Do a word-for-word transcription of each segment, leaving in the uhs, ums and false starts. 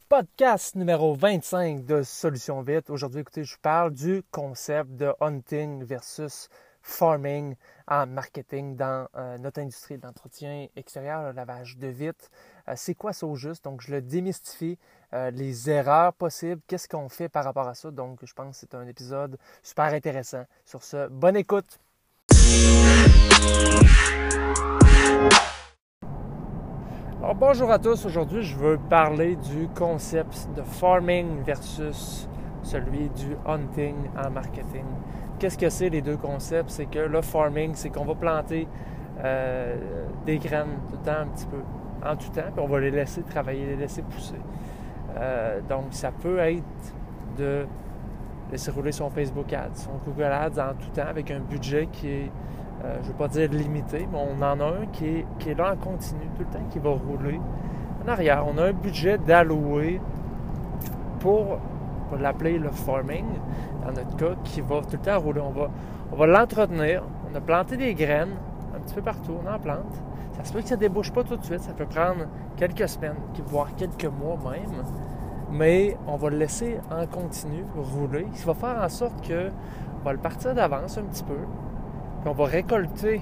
Podcast numéro vingt-cinq de Solutions Vite. Aujourd'hui, écoutez, je vous parle du concept de hunting versus farming en marketing dans euh, notre industrie de l'entretien extérieur, le lavage de vitres. Euh, c'est quoi ça au juste? Donc, je le démystifie, euh, les erreurs possibles, qu'est-ce qu'on fait par rapport à ça. Donc, je pense que c'est un épisode super intéressant. Sur ce, bonne écoute! Alors, bonjour à tous. Aujourd'hui, je veux parler du concept de farming versus celui du hunting en marketing. Qu'est-ce que c'est les deux concepts? C'est que le farming, c'est qu'on va planter euh, des graines tout le temps, un petit peu, en tout temps, puis on va les laisser travailler, les laisser pousser. Euh, donc, ça peut être de laisser rouler son Facebook Ads, son Google Ads en tout temps avec un budget qui est Euh, je ne veux pas dire limité, mais on en a un qui est, qui est là en continu, tout le temps, qui va rouler. En arrière, on a un budget d'allouer pour, pour l'appeler le farming, dans notre cas, qui va tout le temps rouler. On va, on va l'entretenir. On a planté des graines un petit peu partout, on en plante. Ça se peut que ça ne débouche pas tout de suite, ça peut prendre quelques semaines, voire quelques mois même. Mais on va le laisser en continu rouler, ce qui va faire en sorte qu'on va le partir d'avance un petit peu. On va récolter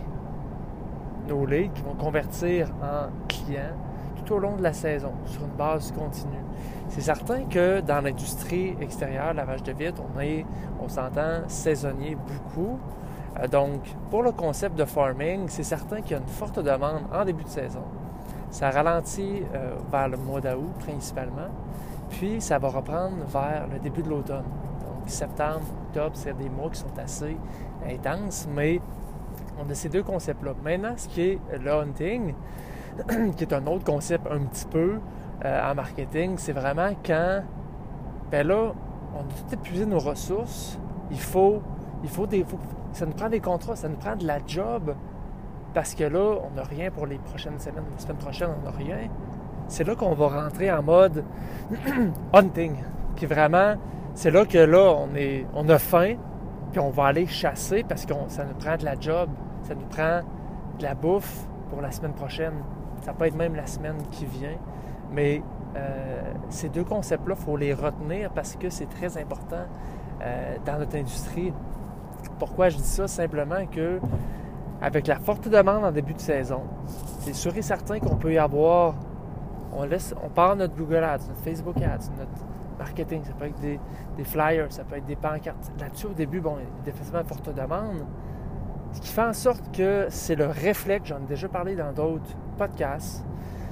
nos leads qui vont convertir en clients tout au long de la saison, sur une base continue. C'est certain que dans l'industrie extérieure, lavage de vitres, on est, on s'entend, saisonnier beaucoup. Euh, donc, pour le concept de farming, c'est certain qu'il y a une forte demande en début de saison. Ça ralentit euh, vers le mois d'août principalement, puis ça va reprendre vers le début de l'automne. Donc, septembre, octobre, c'est des mois qui sont assez intenses, mais on a ces deux concepts-là. Maintenant, ce qui est le hunting, qui est un autre concept un petit peu euh, en marketing, c'est vraiment quand, ben là, on a tout épuisé nos ressources, il faut, il faut des, faut, ça nous prend des contrats, ça nous prend de la job, parce que là, on n'a rien pour les prochaines semaines, la semaine prochaine, on n'a rien. C'est là qu'on va rentrer en mode hunting, qui est vraiment, c'est là que là, on, est, on a faim, puis on va aller chasser parce que ça nous prend de la job, ça nous prend de la bouffe pour la semaine prochaine. Ça peut être même la semaine qui vient. Mais euh, ces deux concepts-là, il faut les retenir parce que c'est très important euh, dans notre industrie. Pourquoi je dis ça? Simplement que avec la forte demande en début de saison, c'est sûr et certain qu'on peut y avoir, on laisse, on part notre Google Ads, notre Facebook Ads, notre marketing, ça peut être des, des flyers, ça peut être des pancartes. Là-dessus, au début, bon, il y a définitivement une forte demande. Ce qui fait en sorte que c'est le réflexe, j'en ai déjà parlé dans d'autres podcasts,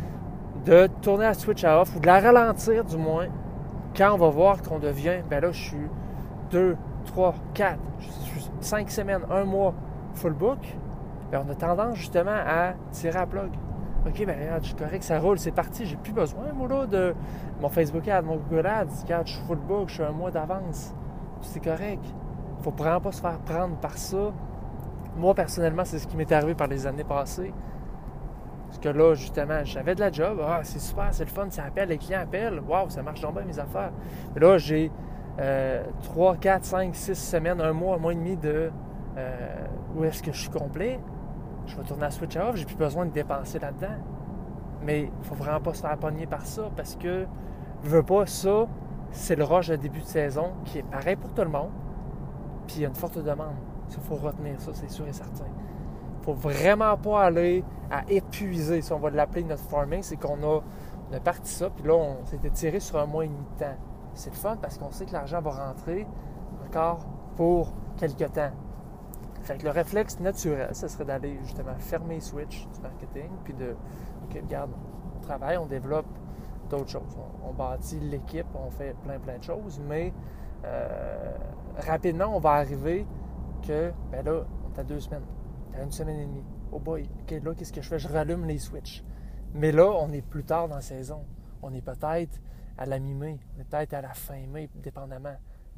de tourner la switch à off ou de la ralentir du moins quand on va voir qu'on devient, ben là, je suis deux, trois, quatre, cinq semaines, un mois full book, ben on a tendance justement à tirer à plug. OK, ben regarde, je suis correct, ça roule, c'est parti, j'ai plus besoin, moi, là, de mon Facebook Ad, mon Google Ads. Regarde, je suis full book, je suis un mois d'avance. C'est correct. Il faut vraiment pas se faire prendre par ça. Moi, personnellement, c'est ce qui m'est arrivé par les années passées. Parce que là, justement, j'avais de la job. Ah, c'est super, c'est le fun, ça appelle, les clients appellent. Waouh, ça marche donc bien, mes affaires. Mais là, j'ai euh, trois, quatre, cinq, six semaines, un mois, un mois et demi de euh, où est-ce que je suis complet. Je vais tourner à switch off, j'ai plus besoin de dépenser là-dedans. Mais il ne faut vraiment pas se faire pogner par ça parce que, je veux pas, ça, c'est le rush de début de saison qui est pareil pour tout le monde. Puis il y a une forte demande. Il faut retenir ça, c'est sûr et certain. Il ne faut vraiment pas aller à épuiser, si on va l'appeler notre farming, c'est qu'on a, on a parti ça, puis là, on s'était tiré sur un mois et demi de temps. C'est le fun parce qu'on sait que l'argent va rentrer encore pour quelques temps. Fait que le réflexe naturel, ce serait d'aller justement fermer les switches du marketing, puis de, OK, regarde, on travaille, on développe d'autres choses. On, on bâtit l'équipe, on fait plein, plein de choses, mais euh, rapidement, on va arriver que, ben là, on est à deux semaines, à une semaine et demie. Oh boy, OK, là, qu'est-ce que je fais? Je rallume les switches. Mais là, on est plus tard dans la saison. On est peut-être à la mi-mai, on est peut-être à la fin mai, dépendamment.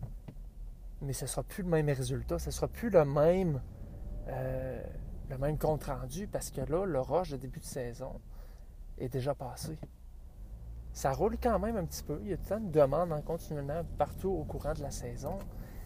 Mais ce ne sera plus le même résultat, ce ne sera plus le même, euh, le même compte rendu parce que là, le rush de début de saison est déjà passé. Ça roule quand même un petit peu. Il y a tant de demandes en continuellement partout au courant de la saison,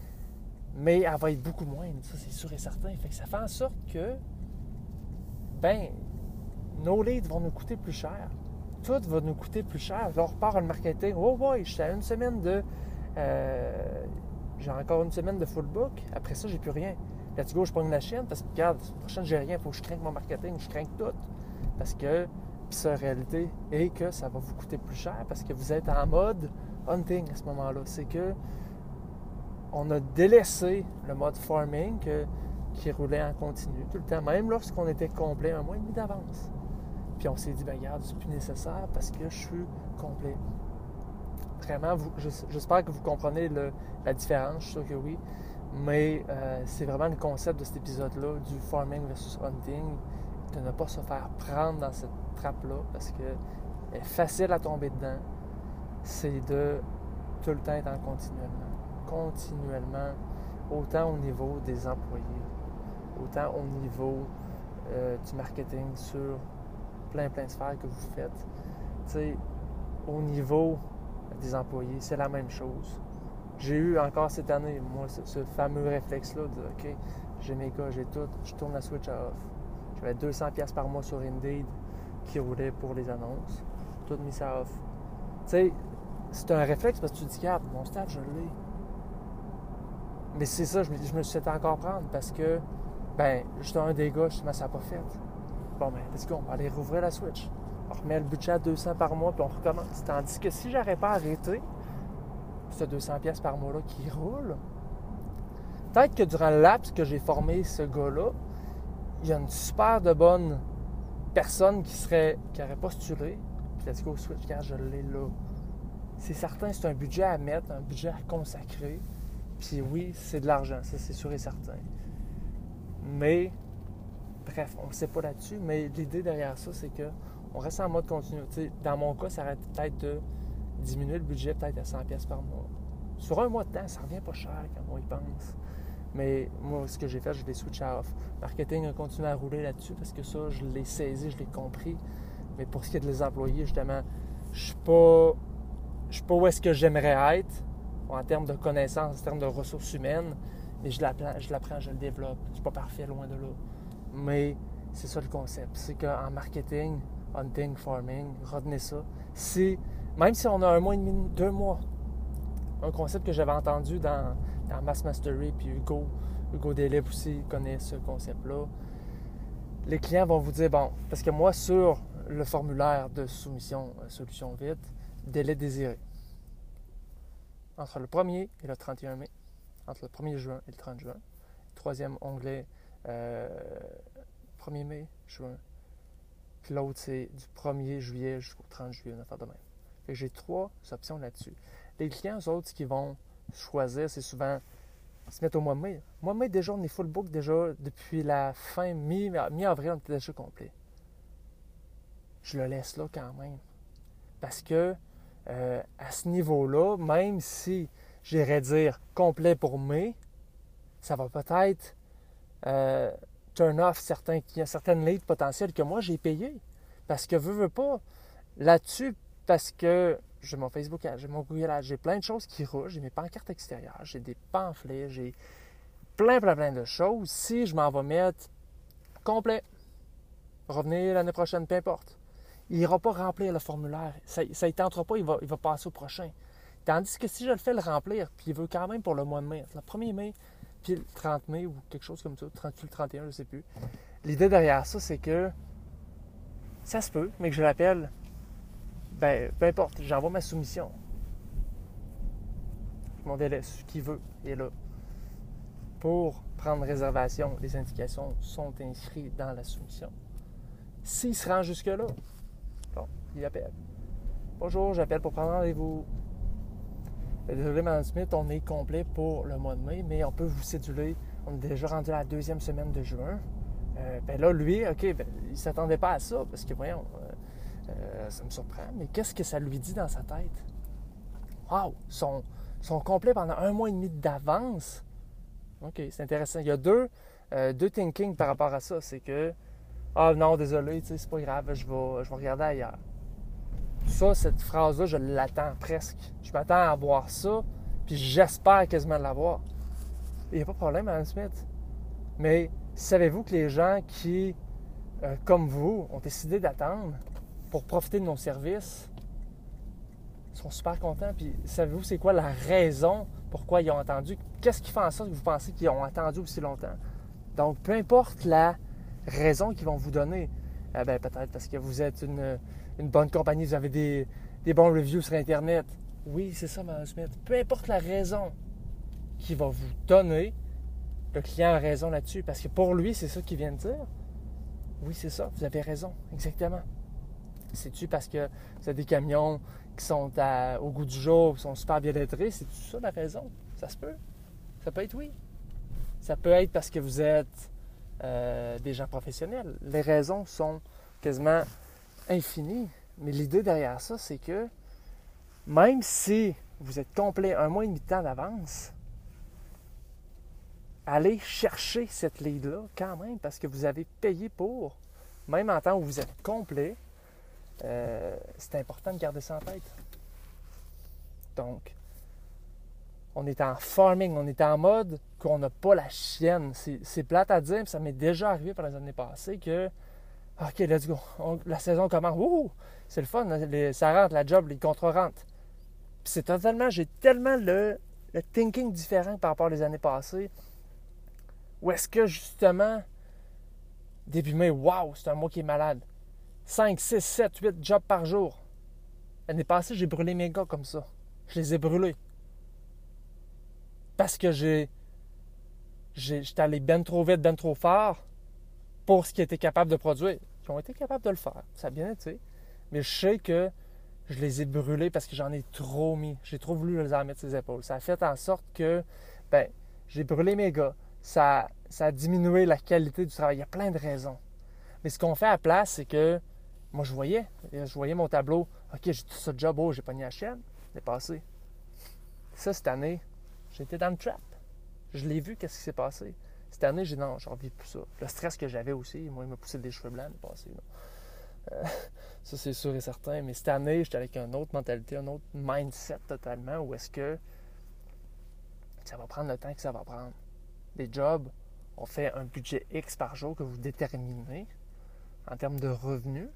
mais elle va être beaucoup moindre, ça c'est sûr et certain. Fait que ça fait en sorte que, ben, nos leads vont nous coûter plus cher. tout va nous coûter plus cher. Là, on repart le marketing. Oh, ouais, j'étais à une semaine de. Euh, j'ai encore une semaine de full book. Après ça, j'ai plus rien. Let's go, je prends la chaîne parce que, regarde, la prochaine, j'ai rien. Il faut que je craigne mon marketing. Je crains tout. Parce que, puis ça, la réalité est que ça va vous coûter plus cher parce que vous êtes en mode hunting à ce moment-là. C'est que on a délaissé le mode farming que, qui roulait en continu tout le temps, même lorsqu'on était complet un mois et demi d'avance. Puis on s'est dit, ben regarde, c'est plus nécessaire parce que je suis complet. Vraiment, vous, j'espère que vous comprenez le, la différence, je suis sûr que oui. Mais euh, c'est vraiment le concept de cet épisode-là, du farming versus hunting, de ne pas se faire prendre dans cette trappe-là parce qu'elle est facile à tomber dedans. C'est de tout le temps être en continuellement. Continuellement, autant au niveau des employés, autant au niveau euh, du marketing sur plein, plein de sphères que vous faites. Tu sais, au niveau des employés, c'est la même chose. J'ai eu encore cette année, moi, ce, ce fameux réflexe-là de « OK, j'ai mes gars, j'ai tout, je tourne la switch à off ». J'avais deux cents dollars par mois sur Indeed qui roulait pour les annonces. Tout mis ça off. Tu sais, c'est un réflexe parce que tu te dis « Regarde, mon staff, je l'ai ». Mais c'est ça, je me, je me suis fait encore prendre parce que, ben, j'étais un des gars, justement, ça n'a pas fait. Bon, ben, let's go, on va aller rouvrir la switch. On remet le budget à deux cents par mois, puis on recommence. Tandis que si j'aurais pas arrêté ce deux cents dollars par mois-là qui roule, peut-être que durant le laps que j'ai formé ce gars-là, il y a une super de bonne personne qui serait qui aurait postulé, puis let's go, switch, car je l'ai là. C'est certain, c'est un budget à mettre, un budget à consacrer. Puis oui, c'est de l'argent, ça c'est sûr et certain. Mais, bref, on ne sait pas là-dessus, mais l'idée derrière ça, c'est qu'on reste en mode continu. T'sais, dans mon cas, ça aurait peut-être de diminuer le budget peut-être à cent dollars par mois. Sur un mois de temps, ça revient pas cher quand on y pense. Mais moi, ce que j'ai fait, je l'ai switché off. Marketing a continué à rouler là-dessus parce que ça, je l'ai saisi, je l'ai compris. Mais pour ce qui est de les employés, justement, je suis pas, je suis pas où est-ce que j'aimerais être en termes de connaissances, en termes de ressources humaines, mais je l'apprends, je, l'apprends, je le développe. Je ne suis pas parfait, loin de là. Mais c'est ça le concept. C'est qu'en marketing, hunting, farming, retenez ça. C'est, même si on a un mois et demi, deux mois, un concept que j'avais entendu dans, dans Mass Mastery, puis Hugo, Hugo Deleb aussi connaît ce concept-là. Les clients vont vous dire, bon, parce que moi, sur le formulaire de soumission euh, Solution Vite, délai désiré. Entre le premier et le trente et un mai, entre le premier juin et le trente juin. Troisième onglet, euh, premier mai, juin. Puis l'autre, c'est du premier juillet jusqu'au trente juillet, une affaire de même. Fait que j'ai trois options là-dessus. Les clients, eux autres, ce qu'ils vont choisir, c'est souvent se mettre au mois de mai. Au mois de mai, déjà, on est full book, déjà, depuis la fin, mi, mi-avril, on était déjà complet. Je le laisse là quand même. Parce que, Euh, à ce niveau-là, même si j'irais dire complet pour mai, ça va peut-être euh, turn off certains, certaines leads potentielles que moi j'ai payées. Parce que veux, veux pas, là-dessus, parce que j'ai mon Facebook, j'ai mon Google Ads, j'ai plein de choses qui roulent, j'ai mes pancartes extérieures, j'ai des pamphlets, j'ai plein, plein, plein de choses. Si je m'en vais mettre complet, revenez l'année prochaine, peu importe. Il n'ira pas remplir le formulaire. Ça ne tentera pas, il va, il va passer au prochain. Tandis que si je le fais le remplir, puis il veut quand même pour le mois de mai, le premier mai, puis le trente mai ou quelque chose comme ça, trente, le trente et un, je ne sais plus. L'idée derrière ça, c'est que ça se peut, mais que je l'appelle, ben, peu importe, j'envoie ma soumission. Mon délai, ce qu'il veut, est là. Pour prendre réservation, les indications sont inscrites dans la soumission. S'il se rend jusque-là, bon, il appelle. Bonjour, j'appelle pour prendre rendez-vous. Désolé, Mme Smith, on est complet pour le mois de mai, mais on peut vous céduler. On est déjà rendu à la deuxième semaine de juin. Euh, ben là, lui, OK, ben, il ne s'attendait pas à ça, parce que, voyons, euh, euh, ça me surprend, mais qu'est-ce que ça lui dit dans sa tête? Wow! Ils sont, sont complets pendant un mois et demi d'avance. OK, c'est intéressant. Il y a deux, euh, deux thinking par rapport à ça. C'est que, ah non, désolé, tu sais, c'est pas grave, je vais, je vais regarder ailleurs. Ça, cette phrase-là, je l'attends presque. Je m'attends à voir ça, puis j'espère quasiment l'avoir. Il n'y a pas de problème, Mme Smith. Mais savez-vous que les gens qui, euh, comme vous, ont décidé d'attendre, pour profiter de nos services, ils sont super contents. Puis savez-vous c'est quoi la raison pourquoi ils ont attendu? Qu'est-ce qui fait en sorte que vous pensez qu'ils ont attendu aussi longtemps? Donc, peu importe la raison qu'ils vont vous donner, eh bien, peut-être parce que vous êtes une, une bonne compagnie, vous avez des, des bons reviews sur Internet. Oui, c'est ça, Mme Smith. Peu importe la raison qu'il va vous donner, le client a raison là-dessus. Parce que pour lui, c'est ça qu'il vient de dire. Oui, c'est ça, vous avez raison, exactement. C'est-tu parce que vous avez des camions qui sont à, au goût du jour, qui sont super bien lettrés? C'est-tu ça la raison? Ça se peut. Ça peut être oui. Ça peut être parce que vous êtes euh, des gens professionnels. Les raisons sont quasiment infinies. Mais l'idée derrière ça, c'est que même si vous êtes complet un mois et demi de temps d'avance, allez chercher cette lead-là quand même parce que vous avez payé pour, même en temps où vous êtes complet, euh, c'est important de garder ça en tête. Donc, on est en farming, on est en mode qu'on n'a pas la chienne. C'est, c'est plate à dire, mais ça m'est déjà arrivé pendant les années passées que, OK, let's go, on, la saison commence, wouhou, c'est le fun, les, ça rentre, la job, les contrats rentrent. Puis c'est totalement, j'ai tellement le, le thinking différent par rapport aux années passées. Ou est-ce que, justement, début mai, wow, c'est un mois qui est malade. cinq, six, sept, huit jobs par jour. L'année passée, j'ai brûlé mes gars comme ça. Je les ai brûlés. Parce que j'ai, j'ai j'étais allé ben trop vite, ben trop fort pour ce qu'ils étaient capables de produire. Ils ont été capables de le faire. Ça a bien été. Mais je sais que je les ai brûlés parce que j'en ai trop mis. J'ai trop voulu les en mettre sur les épaules. Ça a fait en sorte que, ben, j'ai brûlé mes gars. Ça, ça a diminué la qualité du travail. Il y a plein de raisons. Mais ce qu'on fait à la place, c'est que moi, je voyais. Je voyais mon tableau. OK, j'ai tout ce job. Oh, j'ai pogné la chienne. C'est passé. Ça, cette année, j'étais dans le trap. Je l'ai vu, qu'est-ce qui s'est passé. Cette année, j'ai dit non, je ne revis plus ça. Le stress que j'avais aussi, moi, il m'a poussé des cheveux blancs l'année passée. Euh, ça, c'est sûr et certain. Mais cette année, j'étais avec une autre mentalité, un autre mindset totalement, où est-ce que ça va prendre le temps que ça va prendre. Des jobs, on fait un budget X par jour que vous déterminez en termes de revenus.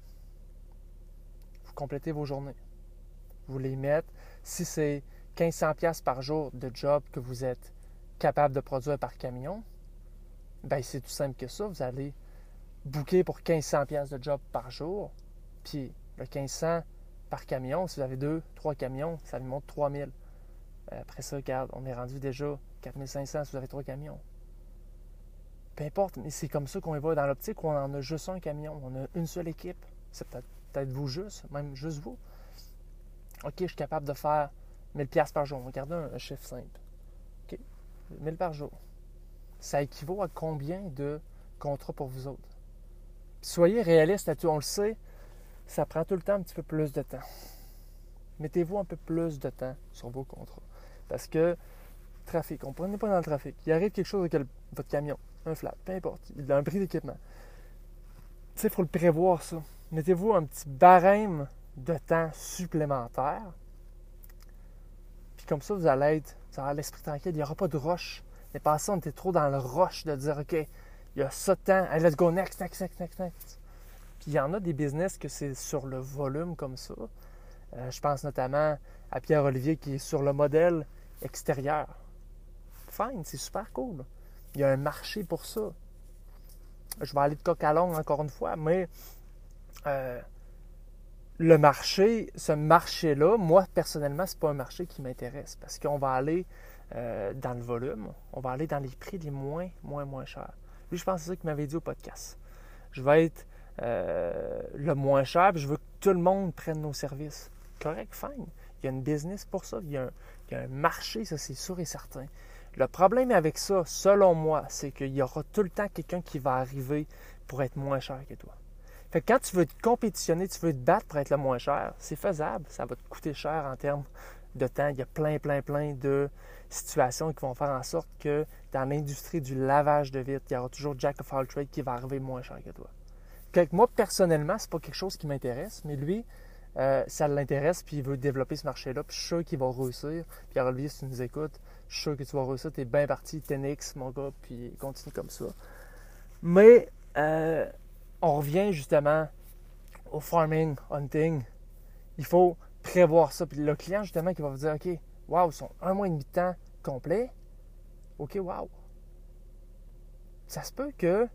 Vous complétez vos journées. Vous les mettez. Si c'est quinze cents dollars par jour de job que vous êtes capable de produire par camion, bien, c'est tout simple que ça. Vous allez booker pour quinze cents dollars de job par jour. Puis le quinze cents par camion, si vous avez deux, trois camions, ça vous monte trois mille. Après ça, regarde, on est rendu déjà quatre mille cinq cents si vous avez trois camions. Peu importe, mais c'est comme ça qu'on y va dans l'optique où on en a juste un camion. On a une seule équipe. C'est peut-être, peut-être vous juste, même juste vous. OK, je suis capable de faire mille dollars par jour. On va garder un, un chiffre simple. OK, mille par jour. Ça équivaut à combien de contrats pour vous autres? Puis soyez réaliste là-dessus. On le sait, ça prend tout le temps un petit peu plus de temps. Mettez-vous un peu plus de temps sur vos contrats. Parce que, trafic, on ne prenait pas dans le trafic. Il arrive quelque chose avec le, votre camion, un flat, peu importe, il a un prix d'équipement. Tu sais, il faut le prévoir, ça. Mettez-vous un petit barème de temps supplémentaire. Puis comme ça, vous allez être, vous allez avoir l'esprit tranquille. Il n'y aura pas de rush. Mais pas ça, on était trop dans le rush de dire, OK, il y a ça de temps, hey, let's go, next, next, next, next, next. Puis il y en a des business que c'est sur le volume comme ça. Euh, je pense notamment à Pierre-Olivier qui est sur le modèle extérieur. Fine, c'est super cool. Il y a un marché pour ça. Je vais aller de coq à l'ongle encore une fois, mais euh, le marché, ce marché-là, moi, personnellement, c'est pas un marché qui m'intéresse parce qu'on va aller euh, dans le volume, on va aller dans les prix les moins, moins, moins chers. Lui, je pense que c'est ça qu'il m'avait dit au podcast. Je vais être euh, le moins cher, puis je veux que tout le monde prenne nos services. Correct, fine. Il y a une business pour ça. Il y a un, il y a un marché, ça, c'est sûr et certain. Le problème avec ça, selon moi, c'est qu'il y aura tout le temps quelqu'un qui va arriver pour être moins cher que toi. Fait que quand tu veux te compétitionner, tu veux te battre pour être le moins cher, c'est faisable. Ça va te coûter cher en termes de temps. Il y a plein, plein, plein de situations qui vont faire en sorte que dans l'industrie du lavage de vitres, il y aura toujours Jack of all trades qui va arriver moins cher que toi. Fait que moi, personnellement, c'est pas quelque chose qui m'intéresse, mais lui, euh, ça l'intéresse, puis il veut développer ce marché-là, puis je suis sûr qu'il va réussir. Pierre-Olivier, si tu nous écoutes, je suis sûr que tu vas réussir, t'es bien parti, ten X, mon gars, puis continue comme ça. Mais, euh, on revient justement au farming, hunting, il faut prévoir ça. Puis le client, justement, qui va vous dire, OK, wow, ils sont un mois et demi de temps complet. OK, wow. Ça se peut que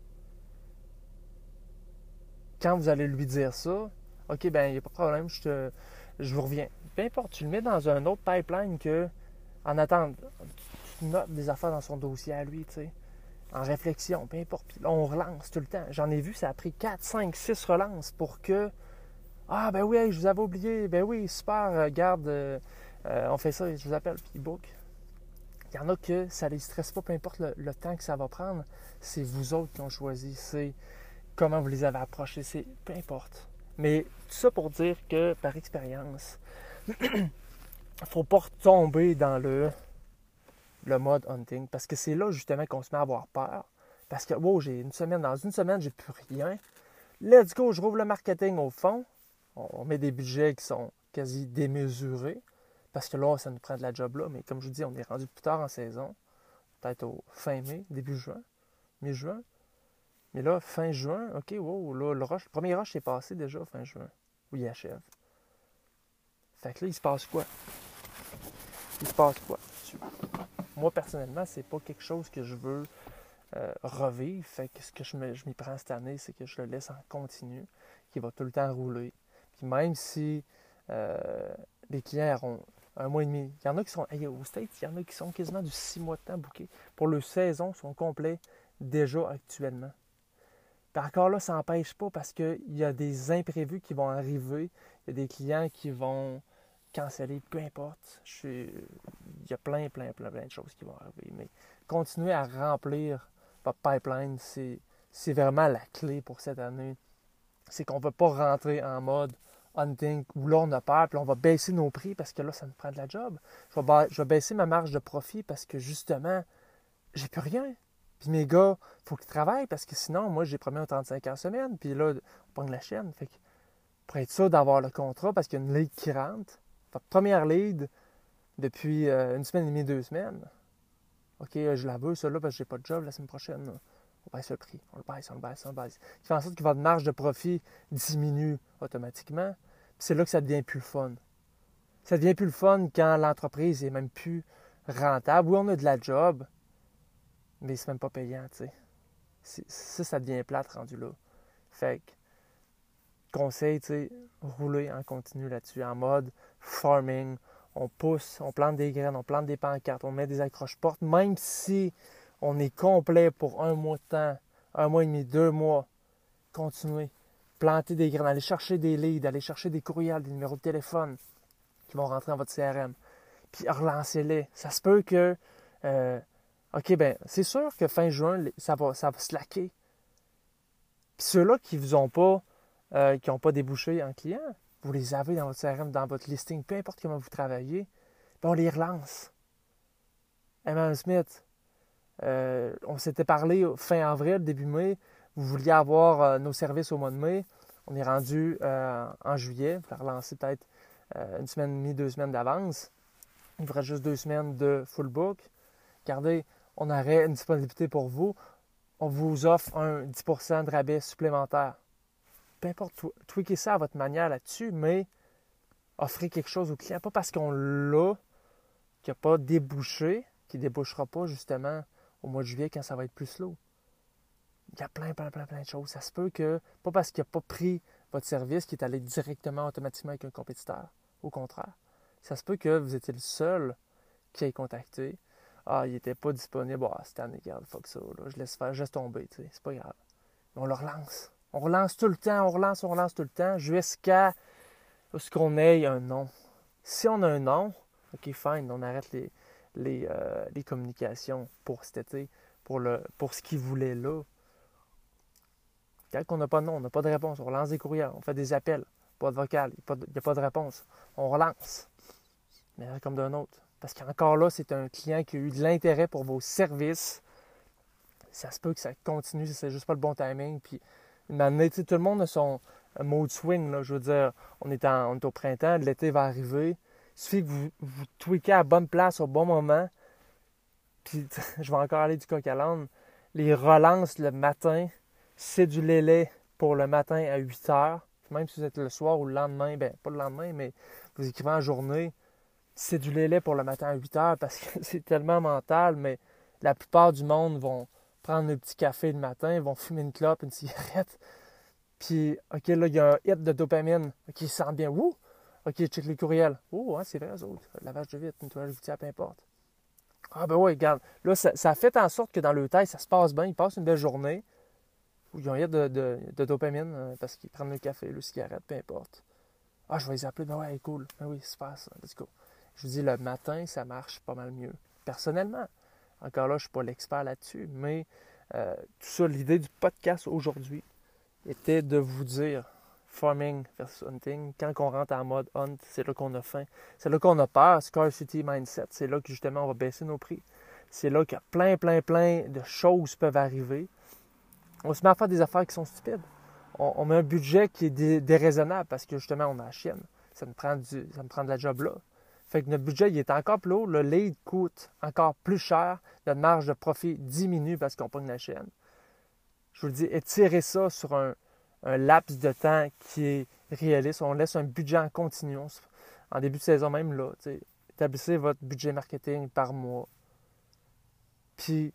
quand vous allez lui dire ça, OK, ben il n'y a pas de problème, je, te, je vous reviens. Peu importe, tu le mets dans un autre pipeline que, en attendant, tu notes des affaires dans son dossier à lui, tu sais, en réflexion, peu importe. Puis là, on relance tout le temps. J'en ai vu, ça a pris quatre, cinq, six relances pour que, ah, ben oui, hey, je vous avais oublié, ben oui, super, euh, garde, euh, euh, on fait ça, je vous appelle, puis book. Il y en a que ça ne les stresse pas, peu importe le, le temps que ça va prendre. C'est vous autres qui ont choisi, c'est comment vous les avez approchés, c'est peu importe. Mais tout ça pour dire que, par expérience, il ne faut pas retomber dans le, le mode hunting, parce que c'est là justement qu'on se met à avoir peur. Parce que, wow, j'ai une semaine, dans une semaine, j'ai plus rien. Let's go, je rouvre le marketing au fond. On met des budgets qui sont quasi démesurés, parce que là, ça nous prend de la job là. Mais comme je vous dis, on est rendu plus tard en saison, peut-être au fin mai, début juin, mi-juin. Mais là, fin juin, OK, wow, là, le, rush, le premier rush est passé déjà fin juin, où il achève. Fait que là, il se passe quoi? Il se passe quoi? Moi, personnellement, c'est pas quelque chose que je veux euh, revivre. Fait que ce que je, me, je m'y prends cette année, c'est que je le laisse en continu, qui va tout le temps rouler. Puis même si euh, les clients auront un mois et demi, il y en a qui sont, hey, au States, il y en a qui sont quasiment du six mois de temps bookés. Pour leur saison, sont complets déjà actuellement. Puis encore là, ça n'empêche pas parce qu'il y a des imprévus qui vont arriver. Il y a des clients qui vont canceller, peu importe. Je suis... Il y a plein, plein, plein, plein de choses qui vont arriver. Mais continuer à remplir votre pipeline, c'est, c'est vraiment la clé pour cette année. C'est qu'on ne veut pas rentrer en mode hunting où là, on a peur, puis là, on va baisser nos prix parce que là, ça nous prend de la job. Je vais, ba... je vais baisser ma marge de profit parce que justement, j'ai plus rien. Puis mes gars, il faut qu'ils travaillent parce que sinon, moi, j'ai promis un trente-cinq heures semaine. Puis là, on pogne la chaîne. Fait que pour être sûr d'avoir le contrat, parce qu'il y a une lead qui rentre, votre première lead depuis euh, une semaine et demie, deux semaines. OK, je la veux, celle-là, parce que j'ai pas de job la semaine prochaine. Là. On baisse le prix. On le baisse, on le baisse, on le baisse. Qui fait en sorte que votre marge de profit diminue automatiquement. Puis c'est là que ça devient plus le fun. Ça devient plus le fun quand l'entreprise est même plus rentable. Oui, on a de la job, mais c'est même pas payant, tu sais. C'est, ça, ça devient plate rendu là. Fait que, conseil, tu sais, rouler en continu là-dessus, en mode farming. On pousse, on plante des graines, on plante des pancartes, on met des accroches-portes, même si on est complet pour un mois de temps, un mois et demi, deux mois, continuez. Planter des graines, aller chercher des leads, aller chercher des courriels, des numéros de téléphone qui vont rentrer dans votre C R M. Puis relancez-les. Ça se peut que... Euh, OK, bien, c'est sûr que fin juin, ça va, ça va slacker. Puis ceux-là qui ne vous ont pas, euh, qui n'ont pas débouché en client, vous les avez dans votre C R M, dans votre listing, peu importe comment vous travaillez, puis on les relance. M M Smith, euh, on s'était parlé fin avril, début mai, vous vouliez avoir euh, nos services au mois de mai, on est rendu euh, en juillet, vous la relancez peut-être euh, une semaine et demie, deux semaines d'avance. Il vous reste juste deux semaines de full book. Regardez, on aurait une disponibilité pour vous. On vous offre un dix pour cent de rabais supplémentaire. Peu importe, tweakez ça à votre manière là-dessus, mais offrez quelque chose au client. Pas parce qu'on l'a, qu'il n'a pas débouché, qu'il ne débouchera pas justement au mois de juillet quand ça va être plus slow. Il y a plein, plein, plein, plein de choses. Ça se peut que, pas parce qu'il n'a pas pris votre service, qu'il est allé directement, automatiquement avec un compétiteur. Au contraire. Ça se peut que vous étiez le seul qui ait contacté. Ah, il n'était pas disponible. Ah, cette année, regarde, fuck ça. Là. Je laisse faire, je laisse tomber, tu sais. C'est pas grave. Mais on le relance. On relance tout le temps, on relance, on relance tout le temps, jusqu'à ce qu'on ait un nom. Si on a un nom, OK, fine, on arrête les, les, euh, les communications pour cet été, pour, le, pour ce qu'ils voulaient là. Quand on n'a pas de nom, on n'a pas de réponse, on relance des courriels, on fait des appels, pas de vocal, il n'y a, a pas de réponse. On relance, mais comme d'un autre. Parce qu'encore là, c'est un client qui a eu de l'intérêt pour vos services. Ça se peut que ça continue, c'est juste pas le bon timing. Puis, une année, tout le monde a son mode swing. Là, je veux dire, on est, en, on est au printemps, l'été va arriver. Il suffit que vous, vous tweakez à la bonne place au bon moment. Puis, je vais encore aller du coq à l'âne. Les relances le matin, c'est du lélé pour le matin à huit heures. même si vous êtes le soir ou le lendemain, ben pas le lendemain, mais vous écrivez en journée, cédulez-les pour le matin à huit heures parce que c'est tellement mental, mais la plupart du monde vont prendre un petit café le matin, vont fumer une clope, une cigarette, puis, OK, là, il y a un hit de dopamine. OK, ils se sentent bien. Ouh! OK, check les courriels. Oh, hein, c'est vrai, eux autres. Lavage de vitre, nettoyage routier, peu importe. Ah, ben oui, regarde. Là, ça, ça fait en sorte que dans le tête, ça se passe bien. Ils passent une belle journée où ils ont un hit de, de, de dopamine euh, parce qu'ils prennent le café, le cigarette, peu importe. Ah, je vais les appeler. Ben ouais, cool. Ben oui, super ça. Let's go. Je vous dis, le matin, ça marche pas mal mieux. Personnellement, encore là, je ne suis pas l'expert là-dessus, mais euh, tout ça, l'idée du podcast aujourd'hui était de vous dire farming versus hunting. Quand on rentre en mode hunt, c'est là qu'on a faim. C'est là qu'on a peur, scarcity mindset. C'est là que justement on va baisser nos prix. C'est là que plein, plein, plein de choses peuvent arriver. On se met à faire des affaires qui sont stupides. On, on met un budget qui est dé, déraisonnable parce que justement on a la chienne. Ça me prend, du, ça me prend de la job là. Fait que notre budget il est encore plus haut. Le lead coûte encore plus cher. Notre marge de profit diminue parce qu'on pogne la chienne. Je vous le dis, étirez ça sur un, un laps de temps qui est réaliste. On laisse un budget en continu. En début de saison même, là, établissez votre budget marketing par mois. Puis,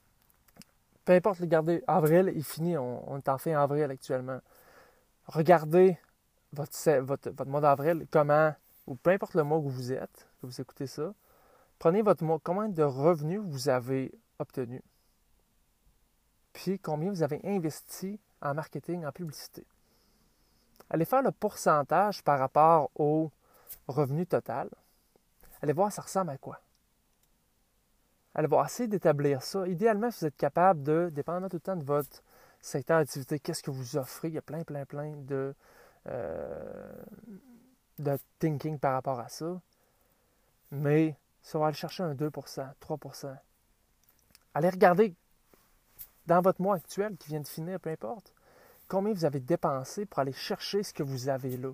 peu importe, regardez, avril, il finit, on, on est en fin avril actuellement. Regardez votre, votre, votre mois d'avril, comment, ou peu importe le mois où vous êtes, que vous écoutez ça, prenez votre mois, combien de revenus vous avez obtenus. Puis combien vous avez investi en marketing, en publicité. Allez faire le pourcentage par rapport au revenu total. Allez voir ça ressemble à quoi. Allez voir, essayer d'établir ça. Idéalement, si vous êtes capable de, dépendamment tout le temps de votre secteur d'activité, qu'est-ce que vous offrez. Il y a plein, plein, plein de, euh, de thinking par rapport à ça. Mais ça va aller chercher un deux pour cent, trois pour cent. Allez regarder dans votre mois actuel qui vient de finir, peu importe, combien vous avez dépensé pour aller chercher ce que vous avez là.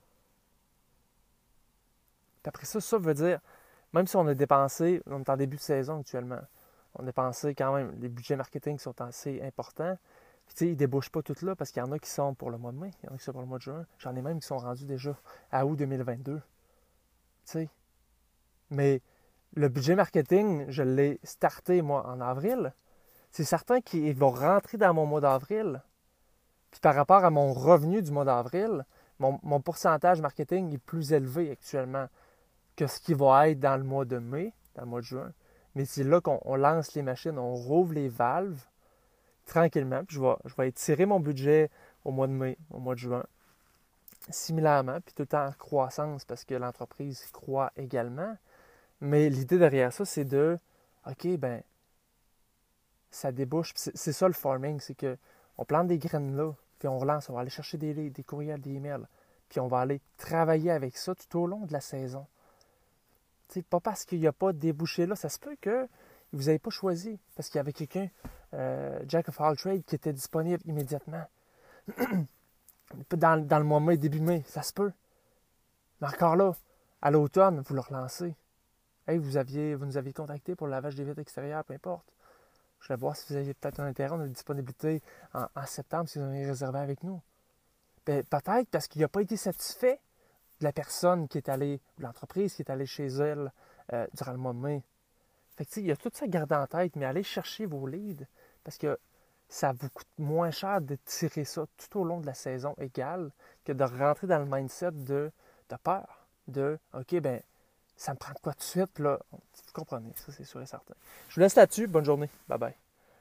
Puis après ça, ça veut dire, même si on a dépensé, on est en début de saison actuellement, on a dépensé quand même, les budgets marketing sont assez importants. Puis tu sais, ils ne débouchent pas tous là parce qu'il y en a qui sont pour le mois de mai, il y en a qui sont pour le mois de juin. J'en ai même qui sont rendus déjà à août deux mille vingt-deux. Tu sais. Mais le budget marketing, je l'ai starté moi en avril. C'est certain qu'il va rentrer dans mon mois d'avril. Puis par rapport à mon revenu du mois d'avril, mon, mon pourcentage marketing est plus élevé actuellement que ce qui va être dans le mois de mai, dans le mois de juin. Mais c'est là qu'on on lance les machines, on rouvre les valves tranquillement. Puis je vais, je vais étirer mon budget au mois de mai, au mois de juin, similairement, puis tout le temps en croissance parce que l'entreprise croît également. Mais l'idée derrière ça, c'est de, OK, ben ça débouche. C'est, c'est ça le farming, c'est qu'on plante des graines là, puis on relance, on va aller chercher des, des courriels, des emails, puis on va aller travailler avec ça tout au long de la saison. T'sais, pas parce qu'il n'y a pas de débouché là, ça se peut que vous n'avez pas choisi, parce qu'il y avait quelqu'un, euh, Jack of all trades, qui était disponible immédiatement. dans, dans le mois de mai, début mai, ça se peut. Mais encore là, à l'automne, vous le relancez. Hey, vous, aviez, vous nous aviez contacté pour le lavage des vitres extérieures, peu importe. Je vais voir si vous avez peut-être un intérêt, on a une disponibilité en, en septembre si vous avez réservé avec nous. Ben, peut-être parce qu'il n'a pas été satisfait de la personne qui est allée, de l'entreprise qui est allée chez elle euh, durant le mois de mai. Fait que, il y a tout ça à garder en tête, mais allez chercher vos leads parce que ça vous coûte moins cher de tirer ça tout au long de la saison égale que de rentrer dans le mindset de, de peur, de « OK, ben ça me prend quoi tout de suite? » là, vous comprenez, ça c'est sûr et certain. Je vous laisse là-dessus. Bonne journée. Bye bye.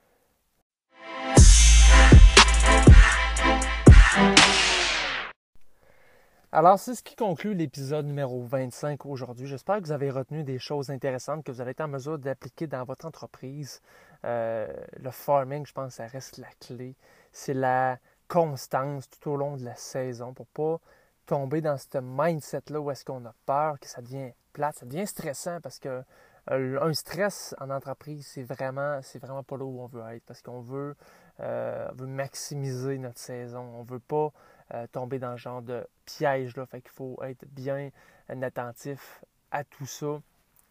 Alors, c'est ce qui conclut l'épisode numéro vingt-cinq aujourd'hui. J'espère que vous avez retenu des choses intéressantes que vous allez être en mesure d'appliquer dans votre entreprise. Euh, le farming, je pense que ça reste la clé. C'est la constance tout au long de la saison pour ne pas tomber dans ce mindset-là où est-ce qu'on a peur, que ça devient plate, ça devient stressant parce que euh, un stress en entreprise, c'est vraiment, c'est vraiment pas là où on veut être parce qu'on veut, euh, veut maximiser notre saison. On ne veut pas euh, tomber dans ce genre de piège-là. Fait qu'il faut être bien attentif à tout ça.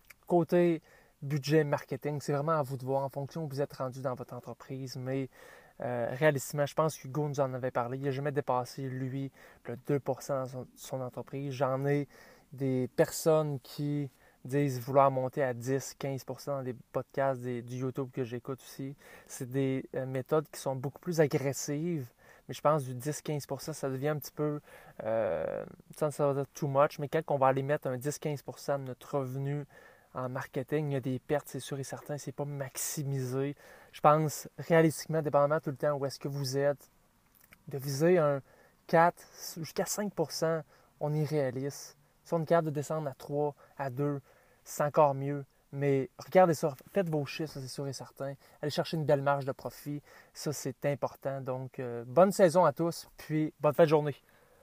Côté budget marketing, c'est vraiment à vous de voir en fonction où vous êtes rendu dans votre entreprise, mais Euh, réalistiquement, je pense qu'Hugo nous en avait parlé. Il n'a jamais dépassé, lui, le deux pour cent de son, son entreprise. J'en ai des personnes qui disent vouloir monter à dix à quinze pour cent dans les podcasts des, du YouTube que j'écoute aussi. C'est des euh, méthodes qui sont beaucoup plus agressives, mais je pense que du dix à quinze pour cent, ça devient un petit peu, euh, ça va être too much, mais quand on va aller mettre un dix à quinze pour cent de notre revenu en marketing, il y a des pertes, c'est sûr et certain, c'est pas maximisé. Je pense, réalistiquement, dépendamment tout le temps où est-ce que vous êtes, de viser un quatre jusqu'à cinq pour cent, on est réaliste. Si on est capable de descendre à trois, à deux, c'est encore mieux. Mais regardez ça, faites vos chiffres, ça c'est sûr et certain. Allez chercher une belle marge de profit, ça c'est important. Donc, euh, bonne saison à tous, puis bonne fin de journée.